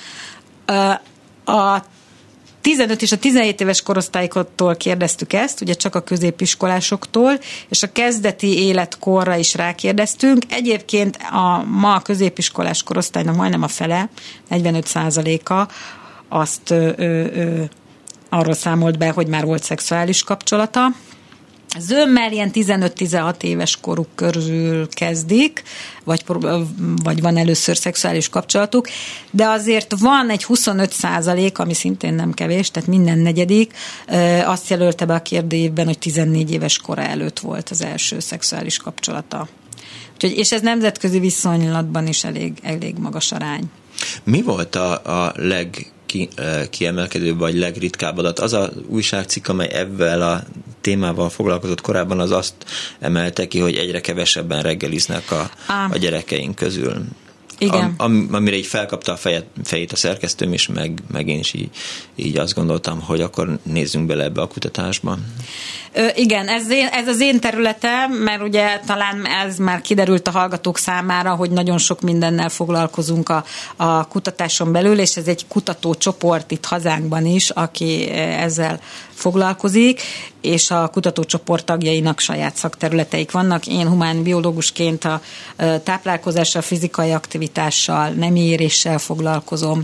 A, a tizenöt és a tizenhét éves korosztályoktól kérdeztük ezt, ugye csak a középiskolásoktól, és a kezdeti életkorra is rákérdeztünk. Egyébként a ma a középiskolás korosztálynak majdnem a fele, negyvenöt százaléka azt ö, ö, arról számolt be, hogy már volt szexuális kapcsolata. Zömmel ilyen tizenöt-tizenhat éves koruk körül kezdik, vagy, vagy van először szexuális kapcsolatuk, de azért van egy huszonöt százalék, ami szintén nem kevés, tehát minden negyedik, azt jelölte be a kérdőívben, hogy tizennégy éves kora előtt volt az első szexuális kapcsolata. Úgyhogy, és ez nemzetközi viszonylatban is elég, elég magas arány. Mi volt a, a leg legkiemelkedőbb vagy legritkább adat. Az a újságcikk, amely ebben a témával foglalkozott korábban, az azt emelte ki, hogy egyre kevesebben reggeliznek a, a gyerekeink közül. Igen. Am, amire így felkapta a fejet, fejét a szerkesztőm is, meg, meg én is így, így azt gondoltam, hogy akkor nézzünk bele ebbe a kutatásba. Ö, igen, ez, én, ez az én területem, mert ugye talán ez már kiderült a hallgatók számára, hogy nagyon sok mindennel foglalkozunk a, a kutatáson belül, és ez egy kutatócsoport itt hazánkban is, aki ezzel foglalkozik, és a kutatócsoport tagjainak saját szakterületeik vannak. Én humán biológusként a táplálkozással, fizikai aktivitással, nemi éréssel foglalkozom,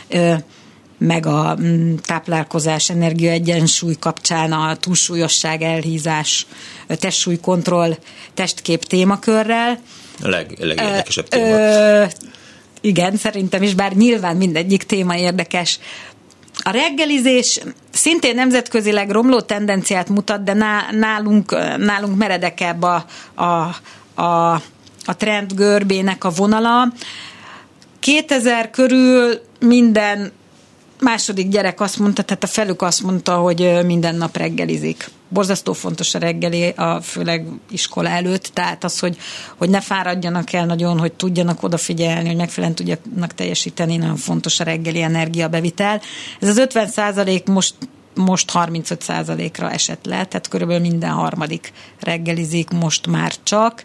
meg a táplálkozás, energiaegyensúly kapcsán a túlsúlyosság, elhízás, testsúlykontroll, testkép témakörrel. A leg, legérdekesebb téma. Ö, igen, szerintem is, bár nyilván mindegyik téma érdekes. A reggelizés szintén nemzetközileg romló tendenciát mutat, de nálunk, nálunk meredekebb a, a, a, a trend görbének a vonala. kétezer körül minden második gyerek azt mondta, tehát a felük azt mondta, hogy minden nap reggelizik. Borzasztó fontos a reggeli, a, főleg iskola előtt, tehát az, hogy, hogy ne fáradjanak el nagyon, hogy tudjanak odafigyelni, hogy megfelelően tudjanak teljesíteni, nagyon fontos a reggeli energiabevitel. Ez az ötven százalék most, most harmincöt százalékra esett le, tehát körülbelül minden harmadik reggelizik most már csak.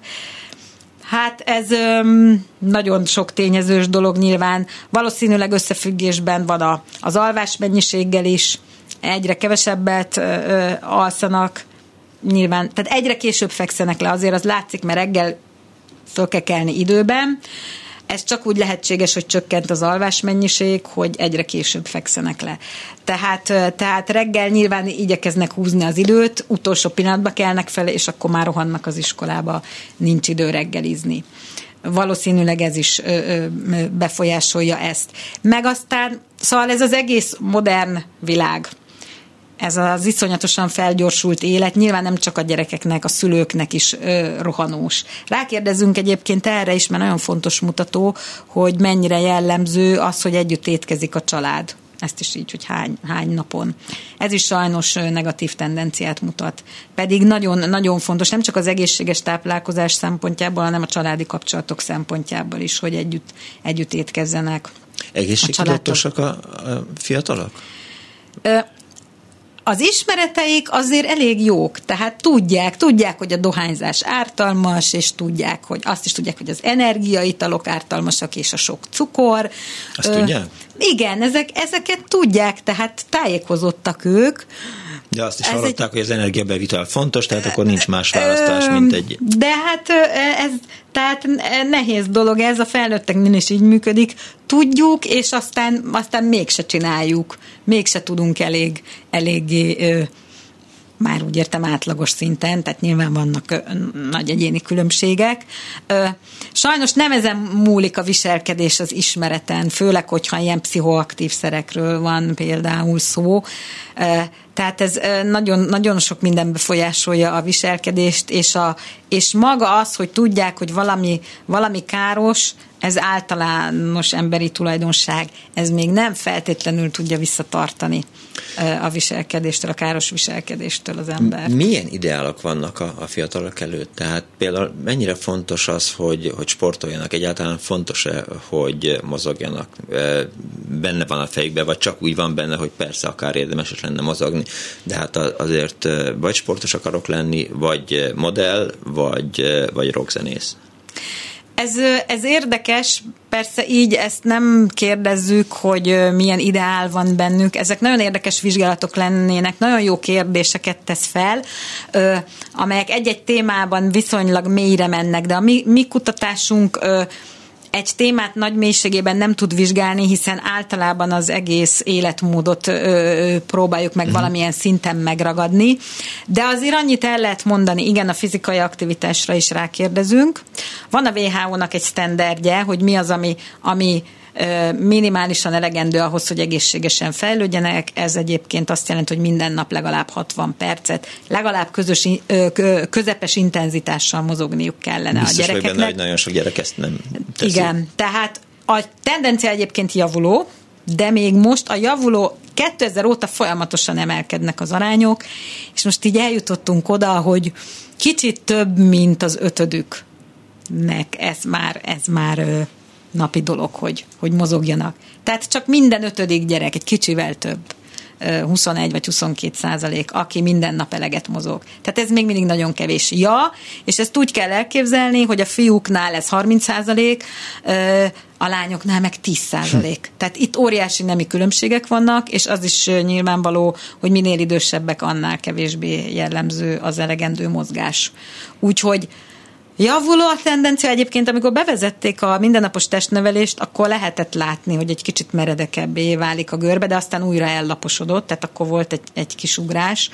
Hát ez öm, nagyon sok tényezős dolog nyilván. Valószínűleg összefüggésben van a, az alvás mennyiséggel is. Egyre kevesebbet ö, ö, alszanak. Nyilván, tehát egyre később fekszenek le. Azért az látszik, mert reggel föl kell kelni időben. Ez csak úgy lehetséges, hogy csökkent az alvásmennyiség, hogy egyre később fekszenek le. Tehát, tehát reggel nyilván igyekeznek húzni az időt, utolsó pillanatba kelnek fel, és akkor már rohannak az iskolába, nincs idő reggelizni. Valószínűleg ez is ö, ö, befolyásolja ezt. Meg aztán, szóval ez az egész modern világ, ez az iszonyatosan felgyorsult élet, nyilván nem csak a gyerekeknek, a szülőknek is ö, rohanós. Rákérdezünk egyébként erre is, mert nagyon fontos mutató, hogy mennyire jellemző az, hogy együtt étkezik a család. Ezt is így, hogy hány, hány napon. Ez is sajnos negatív tendenciát mutat. Pedig nagyon, nagyon fontos, nem csak az egészséges táplálkozás szempontjából, hanem a családi kapcsolatok szempontjából is, hogy együtt, együtt étkezzenek. Egészségtudatosak a, a fiatalok? Ö, Az ismereteik azért elég jók, tehát tudják, tudják, hogy a dohányzás ártalmas, és tudják, hogy azt is tudják, hogy az energiaitalok ártalmasak, és a sok cukor. Azt Ö, tudják? Igen, ezek, ezeket tudják, tehát tájékozottak ők. De azt is ez hallották, egy... hogy az energiabevitel fontos, tehát akkor nincs más választás, mint egy... De hát ez, tehát nehéz dolog ez, a felnőtteknél is így működik. Tudjuk, és aztán, aztán mégse csináljuk. Mégse tudunk elég, eléggé, már úgy értem átlagos szinten, tehát nyilván vannak nagy egyéni különbségek. Sajnos nem ezen múlik a viselkedés az ismereten, főleg, hogyha ilyen pszichoaktív szerekről van például szó. Tehát ez nagyon, nagyon sok minden befolyásolja a viselkedést, és, a, és maga az, hogy tudják, hogy valami, valami káros, ez általános emberi tulajdonság, ez még nem feltétlenül tudja visszatartani a viselkedéstől, a káros viselkedéstől az ember. Milyen ideálok vannak a, a fiatalok előtt? Tehát például mennyire fontos az, hogy, hogy sportoljanak? Egyáltalán fontos-e, hogy mozogjanak? Benne van a fejükben, vagy csak úgy van benne, hogy persze akár érdemes lenne mozogni, de hát azért vagy sportos akarok lenni, vagy modell, vagy, vagy rockzenész. Ez, ez érdekes, persze így ezt nem kérdezzük, hogy milyen ideál van bennük. Ezek nagyon érdekes vizsgálatok lennének, nagyon jó kérdéseket tesz fel, amelyek egy-egy témában viszonylag mélyre mennek, de a mi, mi kutatásunk egy témát nagy mélységében nem tud vizsgálni, hiszen általában az egész életmódot ö, próbáljuk meg uh-huh. valamilyen szinten megragadni. De azért annyit el lehet mondani, igen, a fizikai aktivitásra is rákérdezünk. Van a dupla vé há ó-nak egy sztenderdje, hogy mi az, ami, ami minimálisan elegendő ahhoz, hogy egészségesen fejlődjenek. Ez egyébként azt jelenti, hogy minden nap legalább hatvan percet, legalább közös, közepes intenzitással mozogniuk kellene biztos, a gyerekeknek. Biztos, hogy benne, hogy nagyon sok gyerek ezt nem teszi. Igen, tehát a tendencia egyébként javuló, de még most a javuló kétezer óta folyamatosan emelkednek az arányok, és most így eljutottunk oda, hogy kicsit több, mint az ötödüknek ez már, ez már ö, napi dolog, hogy, hogy mozogjanak. Tehát csak minden ötödik gyerek, egy kicsivel több, huszonegy vagy huszonkét százalék, aki minden nap eleget mozog. Tehát ez még mindig nagyon kevés. Ja, és ezt úgy kell elképzelni, hogy a fiúknál ez harminc százalék, a lányoknál meg tíz százalék. Hm. Tehát itt óriási nemi különbségek vannak, és az is nyilvánvaló, hogy minél idősebbek, annál kevésbé jellemző az elegendő mozgás. Úgyhogy javuló a tendencia egyébként, amikor bevezették a mindennapos testnevelést, akkor lehetett látni, hogy egy kicsit meredekebbé válik a görbe, de aztán újra ellaposodott, tehát akkor volt egy, egy kis ugrás.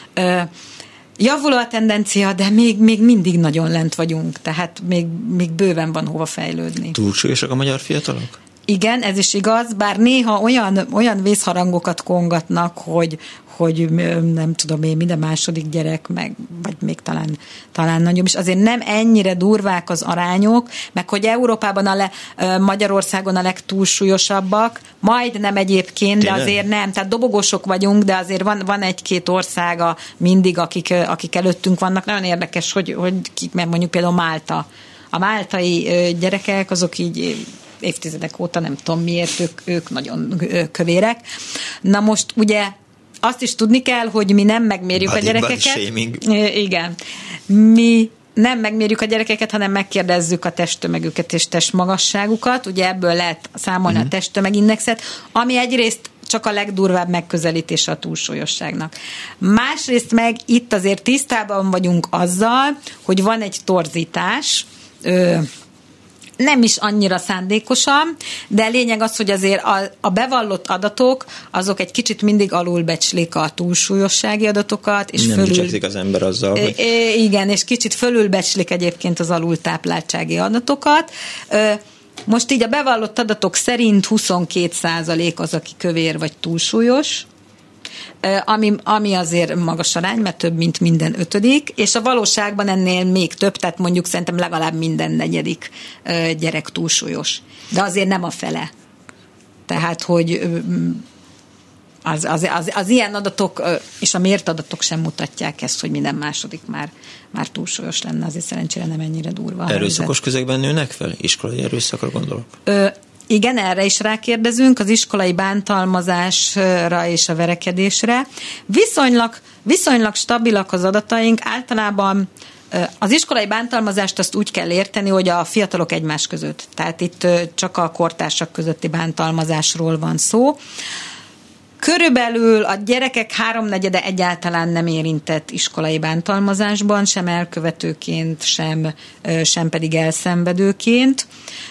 Javuló a tendencia, de még, még mindig nagyon lent vagyunk, tehát még, még bőven van hova fejlődni. Túlsúlyosak a magyar fiatalok? Igen, ez is igaz, bár néha olyan, olyan vészharangokat kongatnak, hogy, hogy nem tudom én, minden második gyerek, meg, vagy még talán, talán nagyobb is. Azért nem ennyire durvák az arányok, meg hogy Európában, a le, Magyarországon a legtúlsúlyosabbak, majd nem egyébként, de azért nem. Tehát dobogósok vagyunk, de azért van, van egy-két országa mindig, akik, akik előttünk vannak. Nagyon érdekes, hogy, hogy kik, mert mondjuk például Málta. A máltai gyerekek, azok így évtizedek óta, nem tudom miért, ők, ők nagyon kövérek. Na most ugye azt is tudni kell, hogy mi nem megmérjük body, a gyerekeket. Igen. Mi nem megmérjük a gyerekeket, hanem megkérdezzük a testtömegüket és testmagasságukat. Ugye ebből lehet számolni uh-huh. a testtömegindexet, ami egyrészt csak a legdurvább megközelítése a túlsúlyosságnak. Másrészt meg itt azért tisztában vagyunk azzal, hogy van egy torzítás, ö, nem is annyira szándékosan, de lényeg az, hogy azért a, a bevallott adatok, azok egy kicsit mindig alulbecslik a túlsúlyossági adatokat, és nem fölül... dicsekszik az ember azzal, hogy... Igen, és kicsit fölülbecslik egyébként az alultápláltsági adatokat. Most így a bevallott adatok szerint huszonkét százalék az, aki kövér vagy túlsúlyos, Ami, ami azért magas arány, mert több, mint minden ötödik, és a valóságban ennél még több, tehát mondjuk szerintem legalább minden negyedik gyerek túlsúlyos. De azért nem a fele. Tehát, hogy az, az, az, az ilyen adatok és a mért adatok sem mutatják ezt, hogy minden második már, már túlsúlyos lenne, azért szerencsére nem ennyire durva. Erőszakos közegben nőnek fel? Iskolai erőszakra gondolok? Ö, Igen, erre is rákérdezünk, az iskolai bántalmazásra és a verekedésre. Viszonylag, viszonylag stabilak az adataink, általában az iskolai bántalmazást azt úgy kell érteni, hogy a fiatalok egymás között. Tehát itt csak a kortársak közötti bántalmazásról van szó. Körülbelül a gyerekek háromnegyede egyáltalán nem érintett iskolai bántalmazásban, sem elkövetőként, sem, sem pedig elszenvedőként.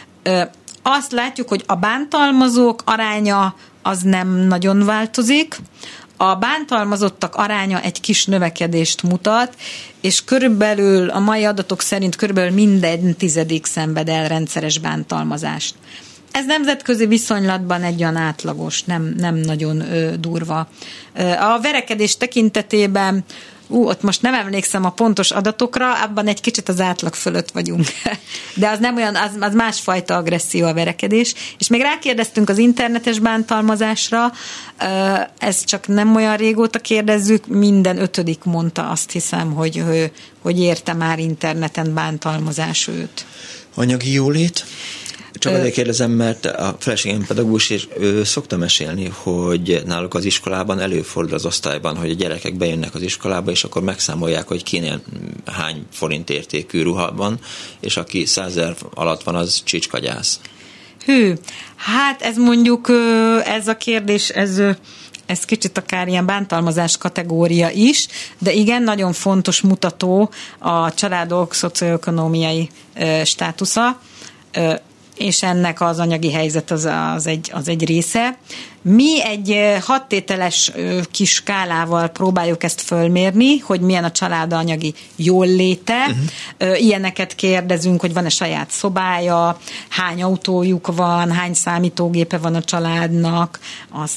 Azt látjuk, hogy a bántalmazók aránya az nem nagyon változik, a bántalmazottak aránya egy kis növekedést mutat, és körülbelül a mai adatok szerint körülbelül minden tizedik szenved el rendszeres bántalmazást. Ez nemzetközi viszonylatban egy olyan átlagos, nem, nem nagyon ö, durva. A verekedés tekintetében Ú, ott most nem emlékszem a pontos adatokra, abban egy kicsit az átlag fölött vagyunk. De az nem olyan, az, az másfajta agresszió a verekedés. És még rákérdeztünk az internetes bántalmazásra, ezt csak nem olyan régóta kérdezzük, minden ötödik mondta, azt hiszem, hogy, hogy érte már interneten bántalmazás őt. Anyagi jólét? Csak azért kérdezem, mert a feleségem pedagógus, és ő szokta mesélni, hogy náluk az iskolában előfordul az osztályban, hogy a gyerekek bejönnek az iskolába, és akkor megszámolják, hogy kinél hány forint értékű ruha van, és aki százezer alatt van, az csicskagyász. Hű, hát ez mondjuk, ez a kérdés, ez... ez kicsit akár ilyen bántalmazás kategória is, de igen, nagyon fontos mutató a családok szocioökonómiai státusza, és ennek az anyagi helyzet az, az, egy, az egy része. Mi egy hattételes kis skálával próbáljuk ezt fölmérni, hogy milyen a család anyagi jólléte. Uh-huh. Ilyeneket kérdezünk, hogy van-e saját szobája, hány autójuk van, hány számítógépe van a családnak,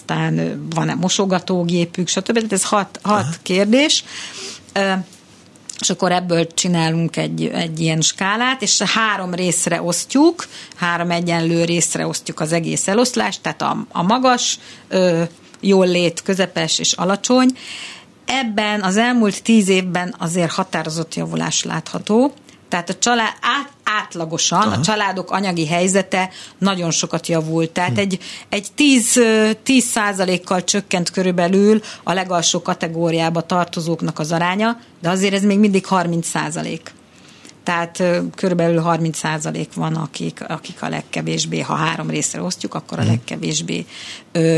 aztán van-e mosogatógépük, stb. Ez hat, hat uh-huh. kérdés. és akkor ebből csinálunk egy, egy ilyen skálát, és három részre osztjuk, három egyenlő részre osztjuk az egész eloszlást, tehát a, a magas, ö, jól lét, közepes és alacsony. Ebben az elmúlt tíz évben azért határozott javulás látható, tehát a család át, átlagosan Aha. a családok anyagi helyzete nagyon sokat javult. Tehát hm. egy, egy tíz százalékkal csökkent körülbelül a legalsó kategóriába tartozóknak az aránya, de azért ez még mindig harminc százalék. Tehát körülbelül harminc százalék van, akik, akik a legkevésbé, ha három részre osztjuk, akkor a hm. legkevésbé ö,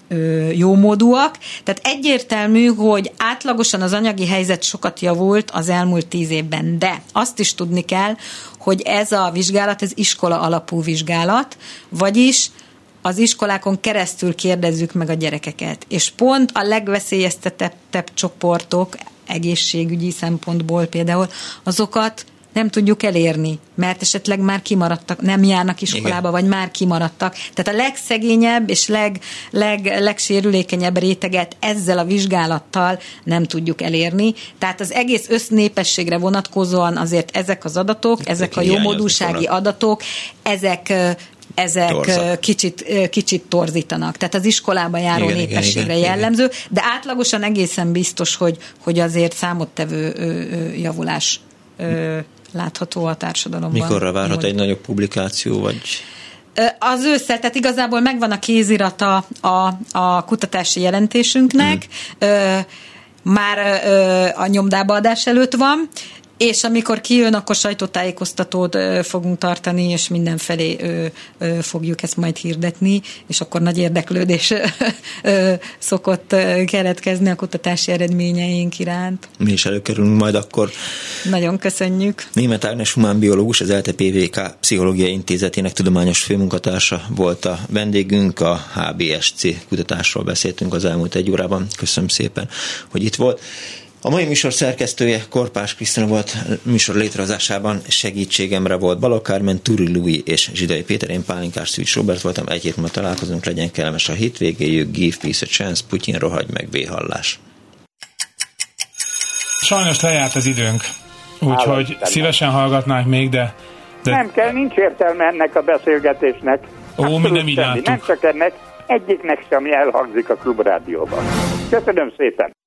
jómódúak. Tehát egyértelmű, hogy átlagosan az anyagi helyzet sokat javult az elmúlt tíz évben, de azt is tudni kell, hogy ez a vizsgálat, ez iskola alapú vizsgálat, vagyis az iskolákon keresztül kérdezzük meg a gyerekeket. És pont a legveszélyeztetettebb csoportok egészségügyi szempontból például azokat nem tudjuk elérni, mert esetleg már kimaradtak, nem járnak iskolába, Igen. vagy már kimaradtak. Tehát a legszegényebb és leg, leg, legsérülékenyebb réteget ezzel a vizsgálattal nem tudjuk elérni. Tehát az egész össznépességre vonatkozóan azért ezek az adatok, ezek a jómódúsági adatok, ezek ezek kicsit, kicsit torzítanak. Tehát az iskolába járó igen, népességre igen, jellemző, igen. de átlagosan egészen biztos, hogy, hogy azért számottevő javulás látható a társadalomban. Mikorra várhat egy nagyobb publikáció, vagy... Az ősszel, tehát igazából megvan a kézirata a, a kutatási jelentésünknek, mm. már a nyomdába adás előtt van, és amikor kijön, akkor sajtótájékoztatót ö, fogunk tartani, és mindenfelé ö, ö, fogjuk ezt majd hirdetni, és akkor nagy érdeklődés ö, ö, szokott ö, keletkezni a kutatási eredményeink iránt. Mi is előkerülünk majd akkor. Nagyon köszönjük. Németh Ágnes humánbiológus, az ELTE pé vé ká Pszichológiai Intézetének tudományos főmunkatársa volt a vendégünk, a há bé es cé kutatásról beszéltünk az elmúlt egy órában. Köszönöm szépen, hogy itt volt. A mai műsor szerkesztője Korpás Krisztina volt, műsor létrehozásában segítségemre volt Balogh Kármen, Turi Louis és Zsidai Péter, én Pálinkás Szűcs Robert voltam, egy hét múlva találkozunk, legyen kellemes a hétvégéjük, give peace a chance, Putyin rohagy meg, véhallás. Sajnos lejárt az időnk, úgyhogy szívesen hallgatnánk még, de, de... Nem kell, nincs értelme ennek a beszélgetésnek. Ó, mi nem így Nem csak ennek, egyiknek sem elhangzik a Klubrádióban. Köszönöm szépen!